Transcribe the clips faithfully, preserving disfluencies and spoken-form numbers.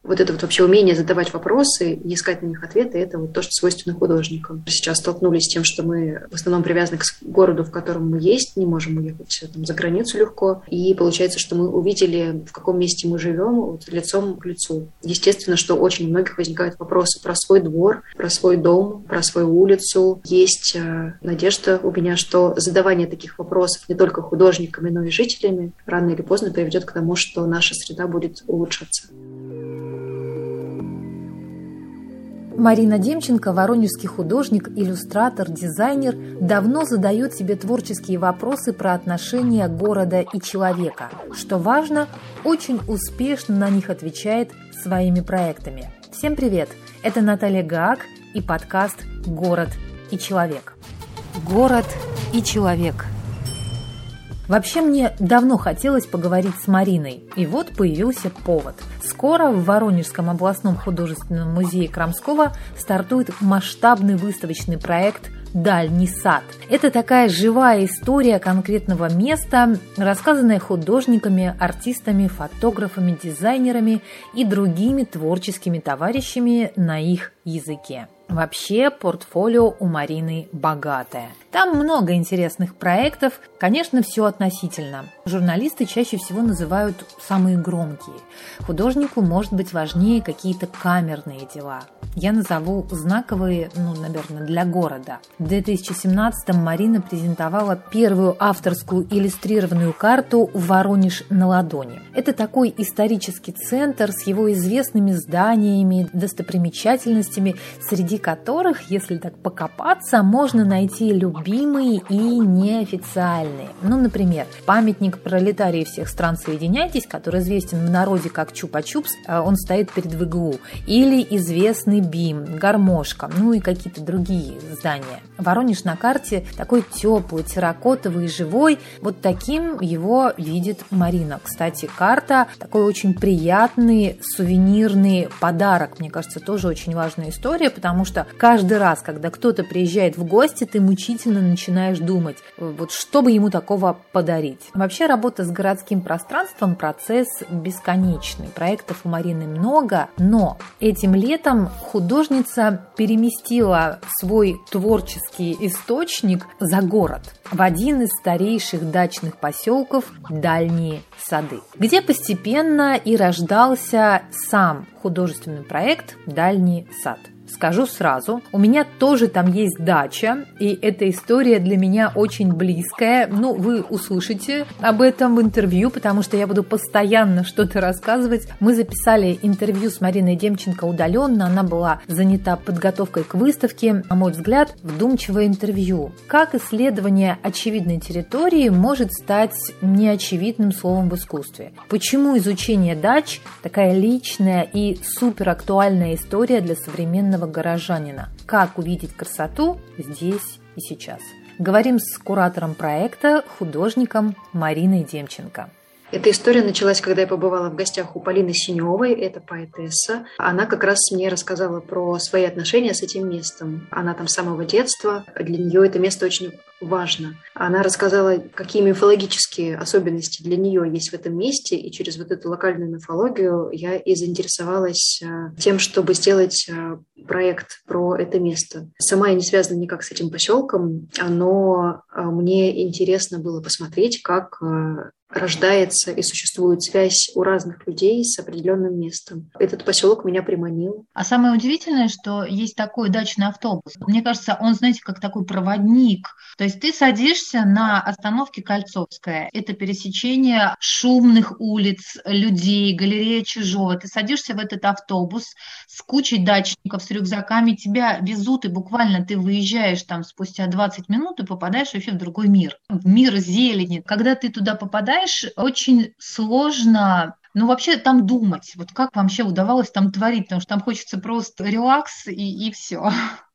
Вот это вот вообще умение задавать вопросы и искать на них ответы, это вот то, что свойственно художникам. Сейчас столкнулись с тем, что мы в основном привязаны к городу, в котором мы есть, не можем уехать там, за границу легко. И получается, что мы увидели, в каком месте мы живем, вот, лицом к лицу. Естественно, что очень у многих возникают вопросы про свой двор, про свой дом, про свою улицу. Есть э, надежда у меня, что задавание таких вопросов не только художниками, но и жителями рано или поздно приведет к тому, что наша среда будет улучшаться. Марина Демченко, воронежский художник, иллюстратор, дизайнер, давно задает себе творческие вопросы про отношения города и человека. Что важно, очень успешно на них отвечает своими проектами. Всем привет! Это Наталья Гаак и подкаст «Город и человек». Город и человек. Вообще мне давно хотелось поговорить с Мариной, и вот появился повод. Скоро в Воронежском областном художественном музее Крамского стартует масштабный выставочный проект «Дальний сад». Это такая живая история конкретного места, рассказанная художниками, артистами, фотографами, дизайнерами и другими творческими товарищами на их языке. Вообще, портфолио у Марины богатое. Там много интересных проектов, конечно, все относительно. Журналисты чаще всего называют самые громкие. Художнику может быть важнее какие-то камерные дела. Я назову знаковые, ну, наверное, для города. В две тысячи семнадцатом Марина презентовала первую авторскую иллюстрированную карту «Воронеж на ладони». Это такой исторический центр с его известными зданиями, достопримечательностями, среди которых, если так покопаться, можно найти любимые и неофициальные. Ну, например, памятник пролетарии всех стран «Соединяйтесь», который известен в народе как Чупа-Чупс, он стоит перед ВГУ. Или известный БИМ, Гармошка, ну и какие-то другие здания. Воронеж на карте такой теплый, терракотовый, живой. Вот таким его видит Марина. Кстати, карта такой очень приятный сувенирный подарок. Мне кажется, тоже очень важная история, потому что каждый раз, когда кто-то приезжает в гости, ты мучительно начинаешь думать, вот что бы ему такого подарить. Вообще работа с городским пространством – процесс бесконечный. Проектов у Марины много, но этим летом художница переместила свой творческий источник за город, в один из старейших дачных поселков Дальние сады, где постепенно и рождался сам художественный проект «Дальний сад». Скажу сразу, у меня тоже там есть дача, и эта история для меня очень близкая. Ну, вы услышите об этом в интервью, потому что я буду постоянно что-то рассказывать. Мы записали интервью с Мариной Демченко удаленно, она была занята подготовкой к выставке. На мой взгляд, вдумчивое интервью. Как исследование очевидной территории может стать неочевидным словом в искусстве? Почему изучение дач такая личная и суперактуальная история для современного горожанина? Как увидеть красоту здесь и сейчас? Говорим с куратором проекта, художником Мариной Демченко. Эта история началась, когда я побывала в гостях у Полины Синевой, это поэтесса. Она как раз мне рассказала про свои отношения с этим местом. Она там с самого детства, для нее это место очень важно. Она рассказала, какие мифологические особенности для нее есть в этом месте, и через вот эту локальную мифологию я и заинтересовалась тем, чтобы сделать проект про это место. Сама я не связана никак с этим поселком, но мне интересно было посмотреть, как рождается и существует связь у разных людей с определенным местом. Этот поселок меня приманил. А самое удивительное, что есть такой дачный автобус. Мне кажется, он, знаете, как такой проводник. То есть ты садишься на остановке Кольцовская. Это пересечение шумных улиц, людей, галерея Чижова. Ты садишься в этот автобус с кучей дачников, с рюкзаками. Тебя везут, и буквально ты выезжаешь там спустя двадцать минут и попадаешь вообще в другой мир. В мир зелени. Когда ты туда попадаешь, очень сложно, ну, вообще там думать. Вот как вообще удавалось там творить, потому что там хочется просто релакс и, и все.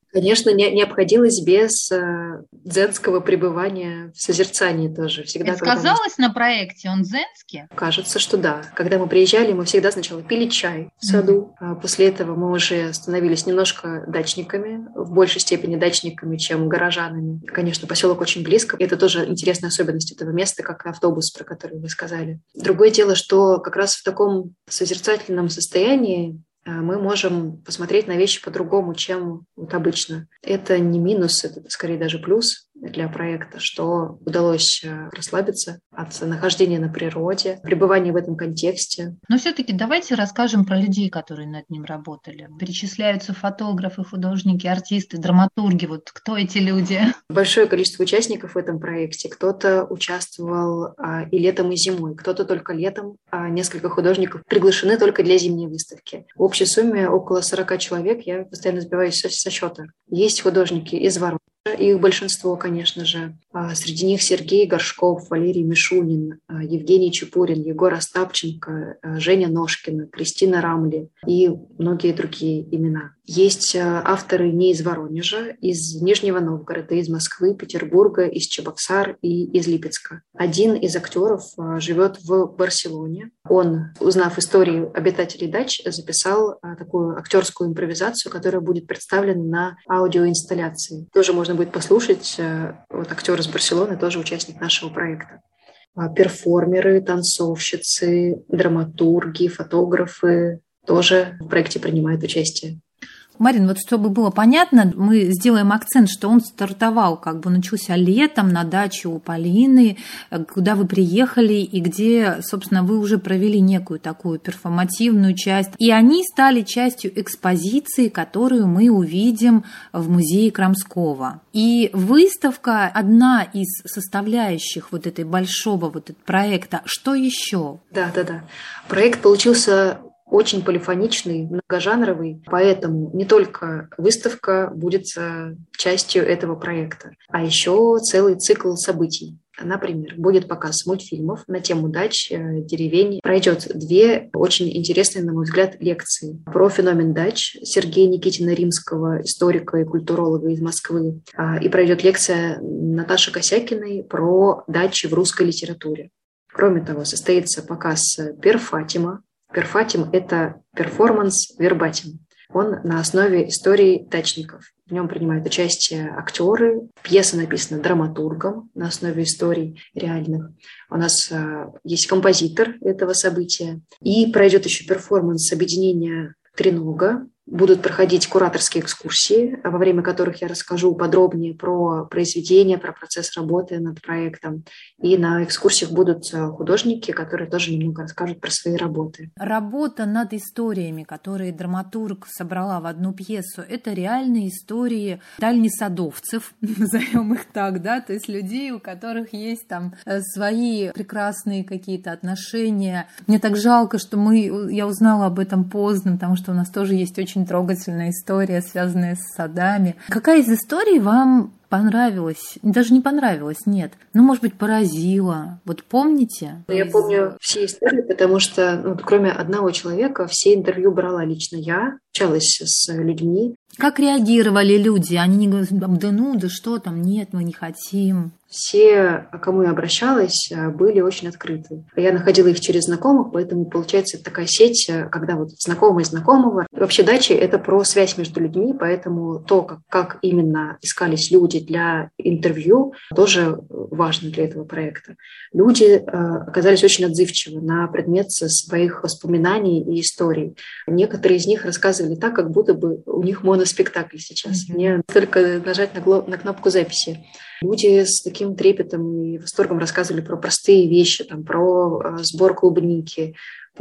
Конечно, не, не обходилось без э, дзенского пребывания в созерцании тоже. Всегда, Это сказалось мы... на проекте, он дзенский? Кажется, что да. Когда мы приезжали, мы всегда сначала пили чай в саду, mm-hmm. а после этого мы уже становились немножко дачниками, в большей степени дачниками, чем горожанами. Конечно, поселок очень близко. Это тоже интересная особенность этого места, как автобус, про который вы сказали. Другое дело, что как раз в таком созерцательном состоянии мы можем посмотреть на вещи по-другому, чем вот обычно. Это не минус, это скорее даже плюс для проекта, что удалось расслабиться от нахождения на природе, пребывания в этом контексте. Но все-таки давайте расскажем про людей, которые над ним работали. Перечисляются фотографы, художники, артисты, драматурги. Вот кто эти люди? Большое количество участников в этом проекте. Кто-то участвовал а, и летом, и зимой, кто-то только летом, а несколько художников приглашены только для зимней выставки. В общей сумме около сорок человек, я постоянно сбиваюсь со, со счета. Есть художники из Воронежа, их большинство, конечно же. Среди них Сергей Горшков, Валерий Мишунин, Евгений Чепурин, Егор Остапченко, Женя Ножкина, Кристина Рамли и многие другие имена. Есть авторы не из Воронежа, из Нижнего Новгорода, из Москвы, Петербурга, из Чебоксар и из Липецка. Один из актеров живет в Барселоне. Он, узнав историю обитателей дач, записал такую актерскую импровизацию, которая будет представлена на аудиоинсталляции. Тоже можно будет послушать. Вот актер из Барселоны, тоже участник нашего проекта. Перформеры, танцовщицы, драматурги, фотографы тоже в проекте принимают участие. Марин, вот чтобы было понятно, мы сделаем акцент, что он стартовал, как бы начался летом на даче у Полины, куда вы приехали и где, собственно, вы уже провели некую такую перформативную часть. И они стали частью экспозиции, которую мы увидим в музее Крамского. И выставка одна из составляющих вот этой большого вот этого проекта. Что еще? Да, да, да. Проект получился очень полифоничный, многожанровый, поэтому не только выставка будет частью этого проекта, а еще целый цикл событий. Например, будет показ мультфильмов на тему дач, деревень. Пройдет две очень интересные, на мой взгляд, лекции про феномен дач Сергея Никитина-Римского, историка и культуролога из Москвы. И пройдет лекция Наташи Косякиной про дачи в русской литературе. Кроме того, состоится показ «Перфатима». Перфатим – это перформанс вербатим. Он на основе истории дачников. В нем принимают участие актеры. Пьеса написана драматургом на основе историй реальных. У нас а, есть композитор этого события. И пройдет еще перформанс объединения «Тренога». Будут проходить кураторские экскурсии, во время которых я расскажу подробнее про произведение, про процесс работы над проектом. И на экскурсиях будут художники, которые тоже немного расскажут про свои работы. Работа над историями, которые драматург собрала в одну пьесу, это реальные истории дальнесадовцев, назовем их так, да, то есть людей, у которых есть там свои прекрасные какие-то отношения. Мне так жалко, что мы, я узнала об этом поздно, потому что у нас тоже есть очень трогательная история, связанная с садами. Какая из историй вам понравилась? Даже не понравилась, нет. Ну, может быть, поразила. Вот помните? Я помню все истории, потому что, ну, кроме одного человека, все интервью брала лично я, общалась с людьми. Как реагировали люди? Они не говорят, да ну, да что там, нет, мы не хотим. Все, к кому я обращалась, были очень открыты. Я находила их через знакомых, поэтому получается такая сеть, когда вот знакомые знакомого. Вообще дачи – это про связь между людьми, поэтому то, как, как именно искались люди для интервью, тоже важно для этого проекта. Люди э, оказались очень отзывчивы на предмет своих воспоминаний и историй. Некоторые из них рассказывали так, как будто бы у них моноспектакль сейчас. Mm-hmm. Мне только нажать на, гло- на кнопку записи. Люди с таким трепетом и восторгом рассказывали про простые вещи, там, про сбор клубники,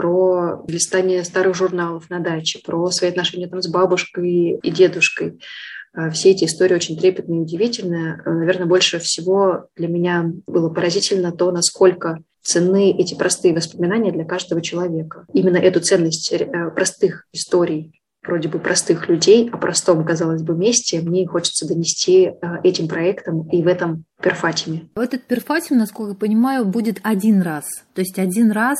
про листание старых журналов на даче, про свои отношения там, с бабушкой и дедушкой. Все эти истории очень трепетные и удивительные. Наверное, больше всего для меня было поразительно то, насколько ценны эти простые воспоминания для каждого человека. Именно эту ценность простых историй вроде бы простых людей, о простом, казалось бы, месте мне хочется донести этим проектом и в этом перфатиме. Этот перфатим, насколько я понимаю, будет один раз. То есть один раз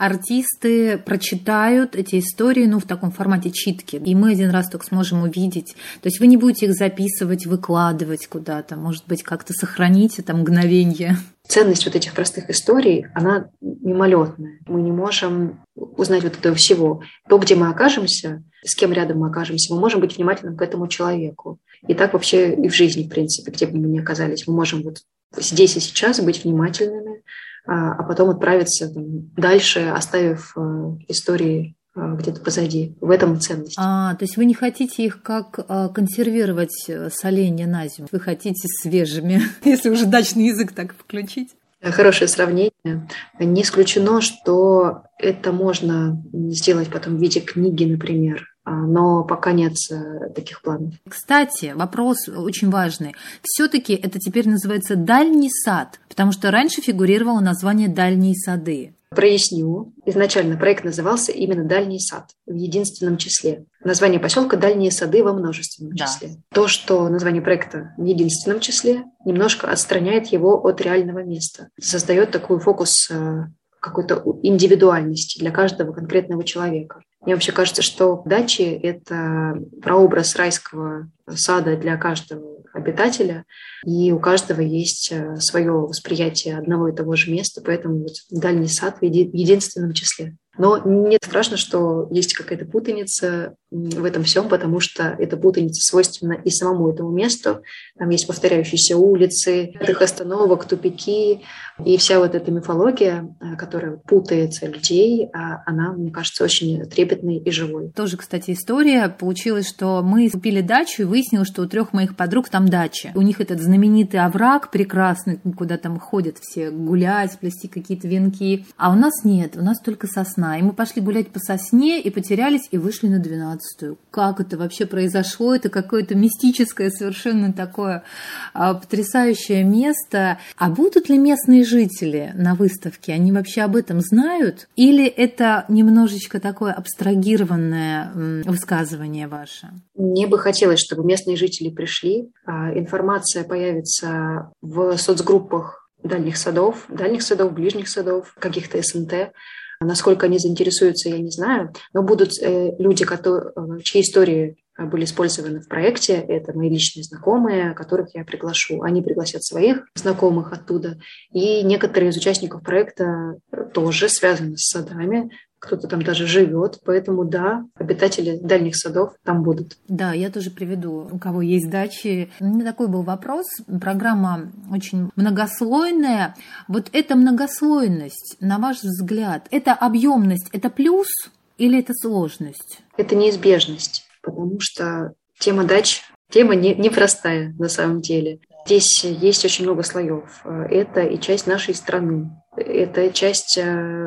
артисты прочитают эти истории, ну, в таком формате читки, и мы один раз только сможем увидеть. То есть вы не будете их записывать, выкладывать куда-то, может быть, как-то сохранить это мгновенье. Ценность вот этих простых историй, она мимолетная. Мы не можем узнать вот этого всего. То, где мы окажемся, с кем рядом мы окажемся, мы можем быть внимательным к этому человеку. И так вообще и в жизни, в принципе, где бы мы ни оказались. Мы можем вот здесь и сейчас быть внимательными, а потом отправиться там дальше, оставив истории где-то позади. В этом ценность. А, то есть вы не хотите их как а, консервировать соленья на зиму, вы хотите свежими, если уже дачный язык так включить? Хорошее сравнение. Не исключено, что это можно сделать потом в виде книги, например, но пока нет таких планов. Кстати, вопрос очень важный. Все-таки это теперь называется «дальний сад», потому что раньше фигурировало название «дальние сады». Проясню. Изначально проект назывался именно «Дальний сад» в единственном числе. Название поселка «Дальние сады» во множественном да. числе. То, что название проекта в единственном числе, немножко отстраняет его от реального места. Создает такой фокус какой-то индивидуальности для каждого конкретного человека. Мне вообще кажется, что дачи – это прообраз райского сада для каждого обитателя, и у каждого есть свое восприятие одного и того же места, поэтому вот дальний сад в единственном числе. Но не страшно, что есть какая-то путаница в этом всем, потому что эта путаница свойственна и самому этому месту. Там есть повторяющиеся улицы, их остановок, тупики. И вся вот эта мифология, которая путается людей, она, мне кажется, очень трепетной и живой. Тоже, кстати, история. Получилось, что мы купили дачу, и выяснилось, что у трех моих подруг там дача. У них этот знаменитый овраг прекрасный, куда там ходят все гулять, плести какие-то венки. А у нас нет, у нас только сосна. И мы пошли гулять по сосне и потерялись, и вышли на двенадцатую. Как это вообще произошло? Это какое-то мистическое, совершенно такое а, потрясающее место. А будут ли местные жители на выставке? Они вообще об этом знают? Или это немножечко такое абстрагированное м, высказывание ваше? Мне бы хотелось, чтобы местные жители пришли. А, информация появится в соцгруппах дальних садов, дальних садов, ближних садов, каких-то эс эн тэ. Насколько они заинтересуются, я не знаю, но будут э, люди, которые, чьи истории были использованы в проекте, это мои личные знакомые, которых я приглашу. Они пригласят своих знакомых оттуда, и некоторые из участников проекта тоже связаны с садами, кто-то там даже живет, поэтому да, обитатели дальних садов там будут. Да, я тоже приведу, у кого есть дачи. У меня такой был вопрос. Программа очень многослойная. Вот эта многослойность, на ваш взгляд, это объемность, это плюс или это сложность? Это неизбежность, потому что тема дач, тема не, непростая на самом деле. Здесь есть очень много слоев. Это и часть нашей страны. Это часть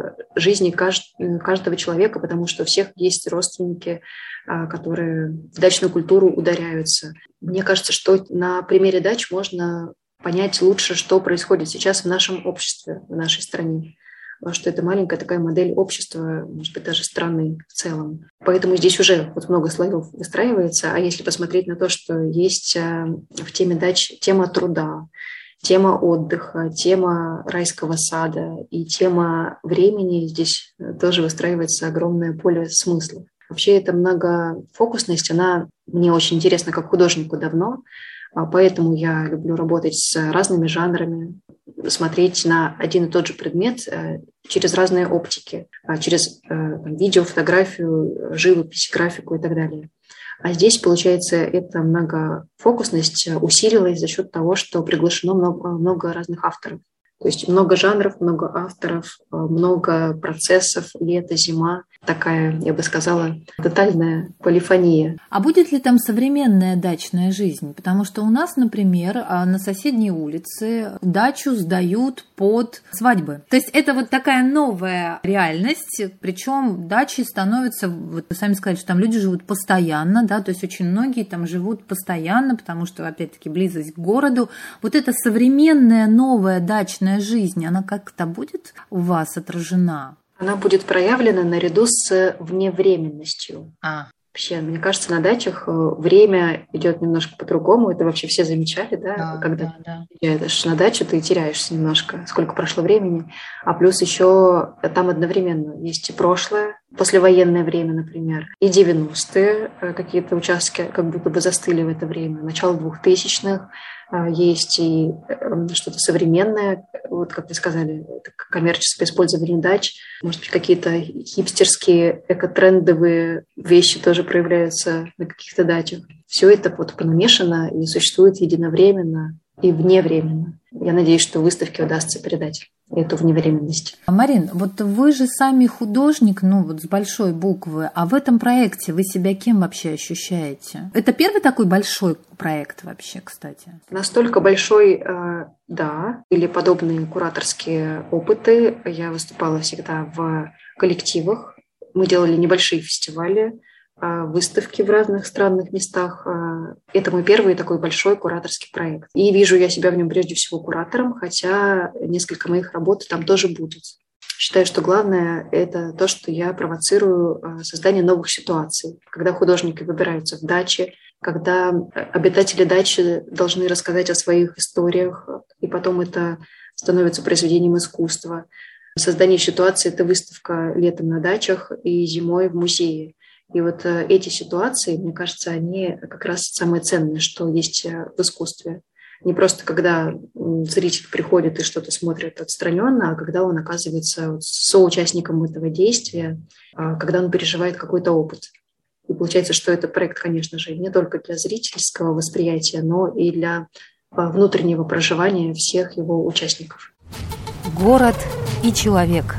жизни каждого человека, потому что у всех есть родственники, которые в дачную культуру ударяются. Мне кажется, что на примере дач можно понять лучше, что происходит сейчас в нашем обществе, в нашей стране. Что это маленькая такая модель общества, может быть, даже страны в целом. Поэтому здесь уже вот много слоев выстраивается. А если посмотреть на то, что есть в теме дач тема труда, тема отдыха, тема райского сада и тема времени, здесь тоже выстраивается огромное поле смыслов. Вообще эта многофокусность, она мне очень интересна как художнику давно, поэтому я люблю работать с разными жанрами, смотреть на один и тот же предмет через разные оптики, через там, видео, фотографию, живопись, графику и так далее. А здесь, получается, эта многофокусность усилилась за счет того, что приглашено много, много разных авторов. То есть много жанров, много авторов, много процессов, лето, зима. Такая, я бы сказала, тотальная полифония. А будет ли там современная дачная жизнь? Потому что у нас, например, на соседней улице дачу сдают под свадьбы. То есть это вот такая новая реальность, причем дачи становятся, вот вы сами сказали, что там люди живут постоянно, да, то есть очень многие там живут постоянно, потому что, опять-таки, близость к городу. Вот эта современная новая дачная жизнь, она как-то будет у вас отражена? Она будет проявлена наряду с вневременностью. А. Вообще, мне кажется, на дачах время идет немножко по-другому. Это вообще все замечали, да? Да, Когда да, едешь на дачу, ты теряешься немножко, сколько прошло времени. А плюс еще там одновременно есть и прошлое, послевоенное время, например, и девяностые какие-то участки как будто бы застыли в это время, начало двухтысячных. Есть и что-то современное, вот как вы сказали, коммерческое использование дач, может быть, какие-то хипстерские, экотрендовые вещи тоже проявляются на каких-то дачах. Все это вот понамешано и существует единовременно и вневременно. Я надеюсь, что выставке удастся передать эту вневременность. Марин, вот вы же сами художник, ну вот с большой буквы, а в этом проекте вы себя кем вообще ощущаете? Это первый такой большой проект вообще, кстати? Настолько большой, да, или подобные кураторские опыты. Я выступала всегда в коллективах. Мы делали небольшие фестивали, выставки в разных странных местах. Это мой первый такой большой кураторский проект. И вижу я себя в нем прежде всего куратором, хотя несколько моих работ там тоже будет. Считаю, что главное – это то, что я провоцирую создание новых ситуаций, когда художники выбираются в дачи, когда обитатели дачи должны рассказать о своих историях, и потом это становится произведением искусства. Создание ситуации – это выставка летом на дачах и зимой в музее. И вот эти ситуации, мне кажется, они как раз самые ценные, что есть в искусстве. Не просто когда зритель приходит и что-то смотрит отстраненно, а когда он оказывается соучастником этого действия, когда он переживает какой-то опыт. И получается, что это проект, конечно же, не только для зрительского восприятия, но и для внутреннего проживания всех его участников. Город и человек.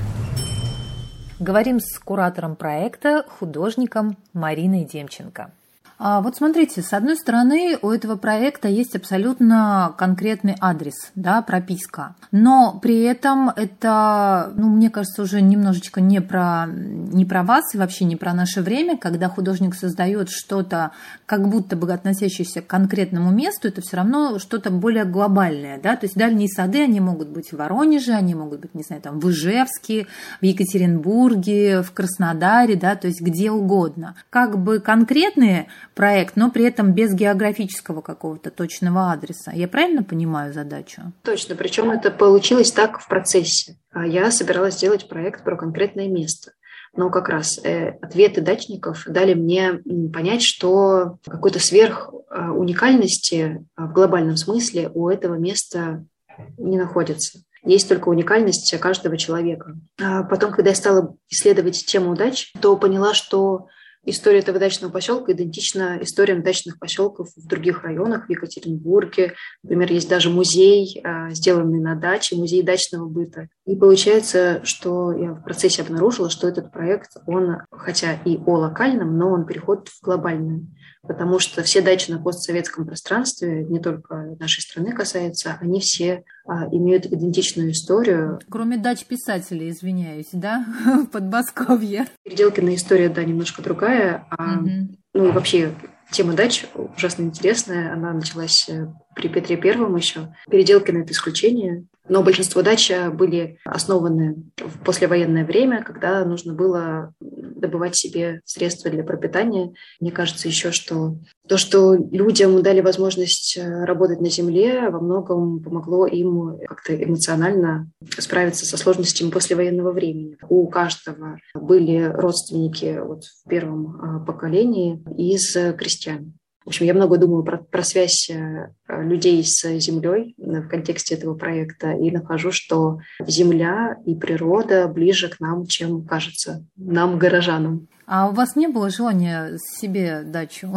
Говорим с куратором проекта, художником Мариной Демченко. А вот смотрите, с одной стороны, у этого проекта есть абсолютно конкретный адрес, да, прописка. Но при этом это, ну, мне кажется, уже немножечко не про, не про вас и вообще не про наше время, когда художник создает что-то, как будто бы относящееся к конкретному месту, это все равно что-то более глобальное, да, то есть дальние сады, они могут быть в Воронеже, они могут быть, не знаю, там, в Ижевске, в Екатеринбурге, в Краснодаре, да, то есть где угодно. Как бы конкретные проект, но при этом без географического какого-то точного адреса. Я правильно понимаю задачу? Точно, причем это получилось так в процессе. Я собиралась сделать проект про конкретное место. Но как раз э, ответы дачников дали мне понять, что какой-то сверх уникальности в глобальном смысле у этого места не находится. Есть только уникальность каждого человека. А потом, когда я стала исследовать тему дач, то поняла, что история этого дачного поселка идентична историям дачных поселков в других районах, в Екатеринбурге. Например, есть даже музей, сделанный на даче, музей дачного быта. И получается, что я в процессе обнаружила, что этот проект, он, хотя и о локальном, но он переходит в глобальное. Потому что все дачи на постсоветском пространстве, не только нашей страны касается, они все а, имеют идентичную историю. Кроме дач писателей, извиняюсь, да, в Подмосковье. Переделкина история, да, немножко другая. А, угу. Ну и вообще тема дач ужасно интересная. Она началась при Петре Первом еще. Переделкина – это исключение. Но большинство дач были основаны в послевоенное время, когда нужно было добывать себе средства для пропитания. Мне кажется еще, что то, что людям дали возможность работать на земле, во многом помогло им как-то эмоционально справиться со сложностями послевоенного времени. У каждого были родственники вот в первом поколении из крестьян. В общем, я много думаю про, про связь людей с землей в контексте этого проекта и нахожу, что земля и природа ближе к нам, чем кажется нам, горожанам. А у вас не было желания себе дачу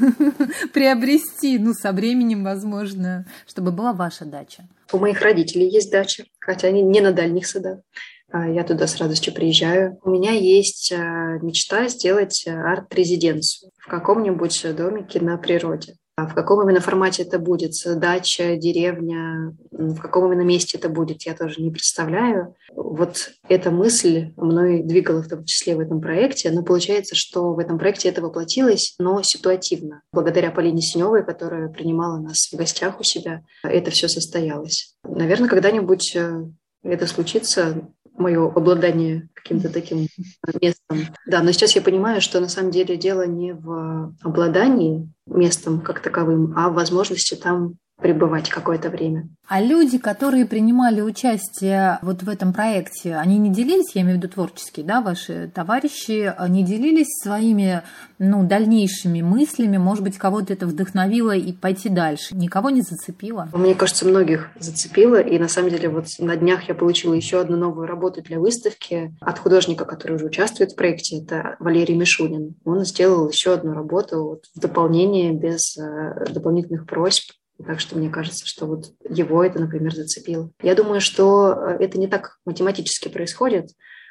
приобрести, ну, со временем, возможно, чтобы была ваша дача? У моих родителей есть дача, хотя они не на дальних садах. Я туда с радостью приезжаю. У меня есть мечта сделать арт-резиденцию в каком-нибудь домике на природе. В каком именно формате это будет? Дача, деревня? В каком именно месте это будет, я тоже не представляю. Вот эта мысль мной двигала в том числе в этом проекте. Но получается, что в этом проекте это воплотилось, но ситуативно. Благодаря Полине Синевой, которая принимала нас в гостях у себя, это все состоялось. Наверное, когда-нибудь это случится. мое обладание каким-то таким местом. Да, но сейчас я понимаю, что на самом деле дело не в обладании местом как таковым, а в возможности там пребывать какое-то время. А люди, которые принимали участие вот в этом проекте, они не делились, я имею в виду творческие, да, ваши товарищи, не делились своими, ну, дальнейшими мыслями, может быть, кого-то это вдохновило и пойти дальше? Никого не зацепило? Мне кажется, многих зацепило, и на самом деле вот на днях я получила еще одну новую работу для выставки от художника, который уже участвует в проекте, это Валерий Мишунин. Он сделал еще одну работу вот, в дополнение, без э, дополнительных просьб. Так что мне кажется, что вот его это, например, зацепило. Я думаю, что это не так математически происходит.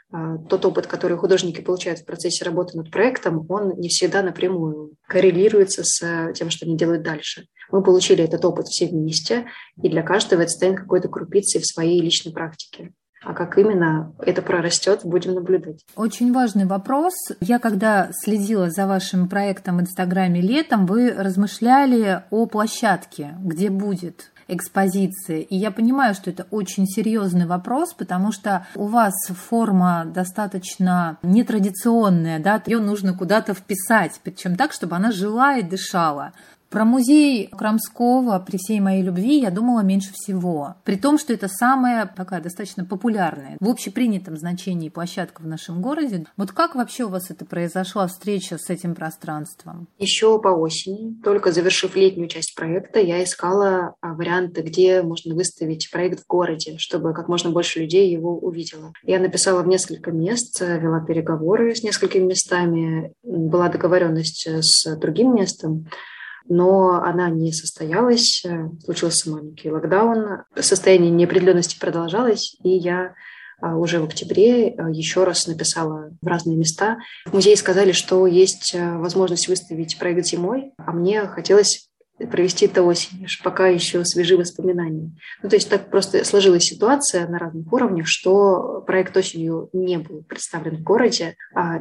Тот опыт, который художники получают в процессе работы над проектом, он не всегда напрямую коррелируется с тем, что они делают дальше. Мы получили этот опыт все вместе, и для каждого это станет какой-то крупицей в своей личной практике. А как именно это прорастет, будем наблюдать. Очень важный вопрос. Я когда следила за вашим проектом в Инстаграме летом, вы размышляли о площадке, где будет экспозиция. И я понимаю, что это очень серьезный вопрос, потому что у вас форма достаточно нетрадиционная, да, ее нужно куда-то вписать, причем так, чтобы она жила и дышала. Про музей Крамского, при всей моей любви, я думала меньше всего. При том, что это самая такая достаточно популярная, в общепринятом значении площадка в нашем городе. Вот как вообще у вас это произошла встреча с этим пространством? Еще по осени, только завершив летнюю часть проекта, я искала варианты, где можно выставить проект в городе, чтобы как можно больше людей его увидело. Я написала в несколько мест, вела переговоры с несколькими местами, была договоренность с другим местом, но она не состоялась, случился маленький локдаун, состояние неопределенности продолжалось, и я уже в октябре еще раз написала в разные места. В музее сказали, что есть возможность выставить проект зимой, а мне хотелось провести это осенью, пока еще свежи воспоминания. Ну, то есть так просто сложилась ситуация на разных уровнях, что проект осенью не был представлен в городе,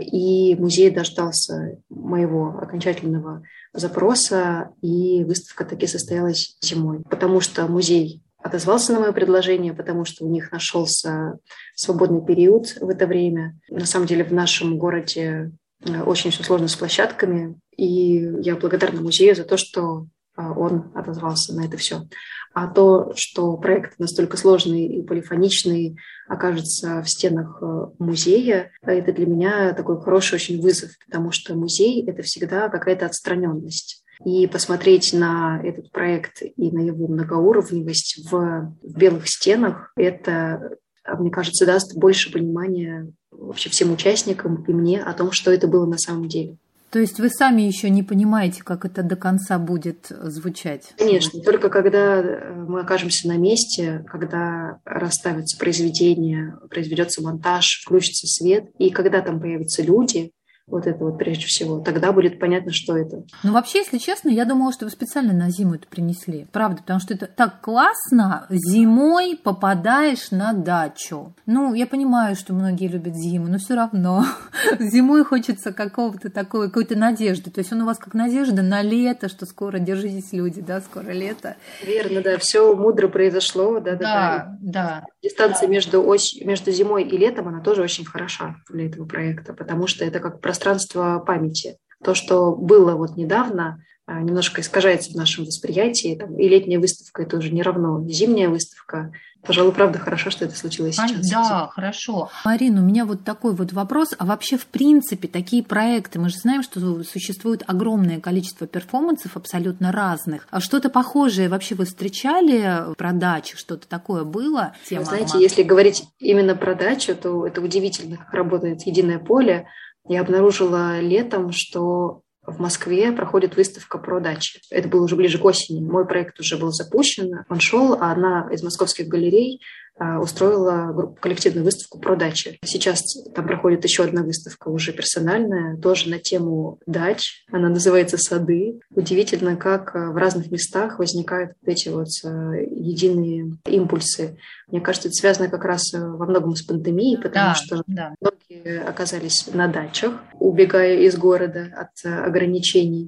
и музей дождался моего окончательного запроса, и выставка таки состоялась зимой, потому что музей отозвался на мое предложение, потому что у них нашелся свободный период в это время. На самом деле в нашем городе очень все сложно с площадками, и я благодарна музею за то, что он отозвался на это все. А то, что проект настолько сложный и полифоничный окажется в стенах музея, это для меня такой хороший очень вызов, потому что музей – это всегда какая-то отстраненность. И посмотреть на этот проект и на его многоуровневость в, в белых стенах – это, мне кажется, даст больше понимания вообще всем участникам и мне о том, что это было на самом деле. То есть вы сами еще не понимаете, как это до конца будет звучать? Конечно, только когда мы окажемся на месте, когда расставятся произведения, произведется монтаж, включится свет, и когда там появятся люди, вот это вот прежде всего, тогда будет понятно, что это. Ну, вообще, если честно, я думала, что вы специально на зиму это принесли. Правда, потому что это так классно. Зимой попадаешь на дачу. Ну, я понимаю, что многие любят зиму, но все равно зимой хочется какого-то такой, какой-то надежды. То есть он у вас как надежда на лето, что скоро, держитесь, люди, да, скоро лето. Верно, да, все мудро произошло. Да, да, да. да. Дистанция между, ось, между зимой и летом, она тоже очень хороша для этого проекта, потому что это как пространство памяти. То, что было вот недавно, немножко искажается в нашем восприятии. Там, и летняя выставка – это уже не равно зимняя выставка. Пожалуй, правда, хорошо, что это случилось сейчас. Да, хорошо. Марина, у меня вот такой вот вопрос. А вообще, в принципе, такие проекты, мы же знаем, что существует огромное количество перформансов абсолютно разных. А что-то похожее вообще вы встречали про дачу? Что-то такое было? Вы знаете, если говорить именно про дачу, то это удивительно, как работает единое поле. Я обнаружила летом, что в Москве проходит выставка про дачи. Это было уже ближе к осени. Мой проект уже был запущен, он шел, а одна из московских галерей устроила коллективную выставку про дачи. Сейчас там проходит еще одна выставка, уже персональная, тоже на тему дач. Она называется «Сады». Удивительно, как в разных местах возникают вот эти вот единые импульсы. Мне кажется, это связано как раз во многом с пандемией, потому да, что да. многие оказались на дачах, убегая из города от ограничений.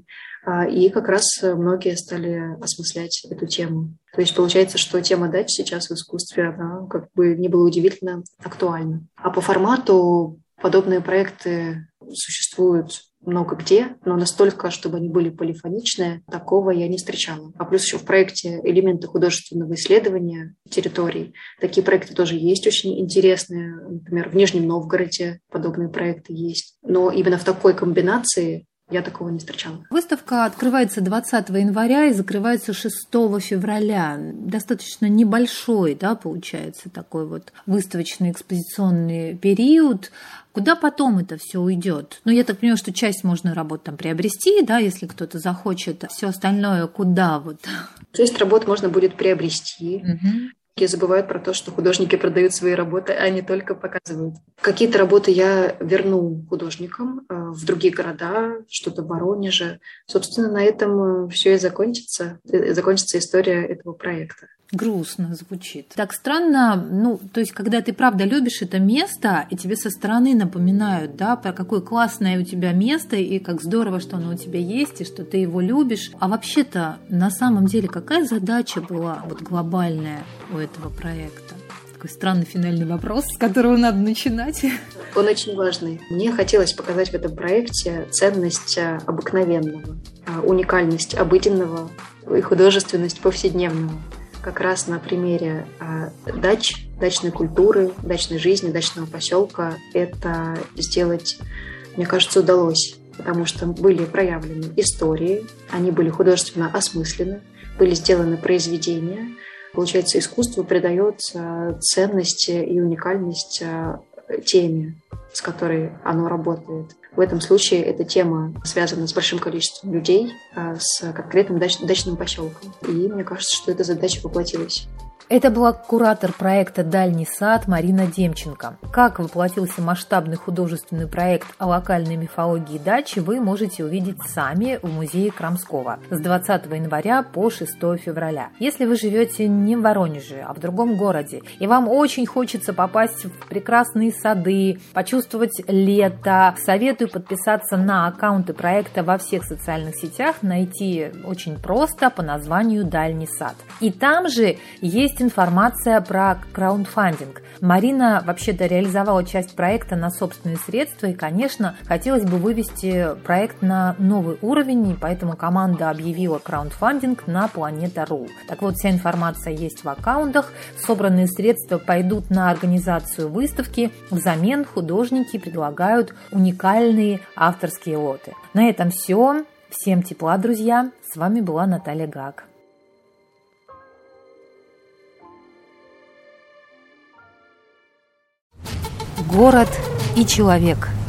И как раз многие стали осмыслять эту тему. То есть получается, что тема дач сейчас в искусстве, она как бы не было удивительно актуальна. А по формату подобные проекты существуют много где, но настолько, чтобы они были полифоничные, такого я не встречала. А плюс еще в проекте «Элементы художественного исследования территорий» такие проекты тоже есть очень интересные. Например, в Нижнем Новгороде подобные проекты есть. Но именно в такой комбинации я такого не встречала. Выставка открывается двадцатого января и закрывается шестого февраля. Достаточно небольшой, да, получается, такой вот выставочный экспозиционный период. Куда потом это все уйдет? Ну, я так понимаю, что часть можно работ там приобрести, да, если кто-то захочет. Все остальное куда вот? Часть работ можно будет приобрести. Угу. И забывают про то, что художники продают свои работы, а не только показывают. Какие-то работы я верну художникам в другие города, что-то в Воронеже. Собственно, на этом все и закончится. Закончится история этого проекта. Грустно звучит. Так странно, ну, то есть, когда ты правда любишь это место, и тебе со стороны напоминают, да, про какое классное у тебя место, и как здорово, что оно у тебя есть, и что ты его любишь. А вообще-то, на самом деле, какая задача была вот глобальная у этого проекта? Такой странный финальный вопрос, с которого надо начинать. Он очень важный. Мне хотелось показать в этом проекте ценность обыкновенного, уникальность обыденного и художественность повседневного. Как раз на примере э, дач, дачной культуры, дачной жизни, дачного поселка это сделать, мне кажется, удалось, потому что были проявлены истории, они были художественно осмыслены, были сделаны произведения. Получается, искусство придает э, ценность и уникальность э, теме, с которой оно работает. В этом случае эта тема связана с большим количеством людей, с конкретным дач- дачным поселком. И мне кажется, что эта задача воплотилась. Это была куратор проекта «Дальний сад» Марина Демченко. Как воплотился масштабный художественный проект о локальной мифологии дачи, вы можете увидеть сами в музее Крамского с двадцатого января по шестого февраля. Если вы живете не в Воронеже, а в другом городе, и вам очень хочется попасть в прекрасные сады, почувствовать лето, советую подписаться на аккаунты проекта во всех социальных сетях, найти очень просто по названию «Дальний сад». И там же есть информация про краундфандинг. Марина вообще-то реализовала часть проекта на собственные средства, и, конечно, хотелось бы вывести проект на новый уровень, и поэтому команда объявила краундфандинг на Планета точка ру. Так вот, вся информация есть в аккаунтах. Собранные средства пойдут на организацию выставки. Взамен художники предлагают уникальные авторские лоты. На этом все. Всем тепла, друзья. С вами была Наталья Гак. Город и человек.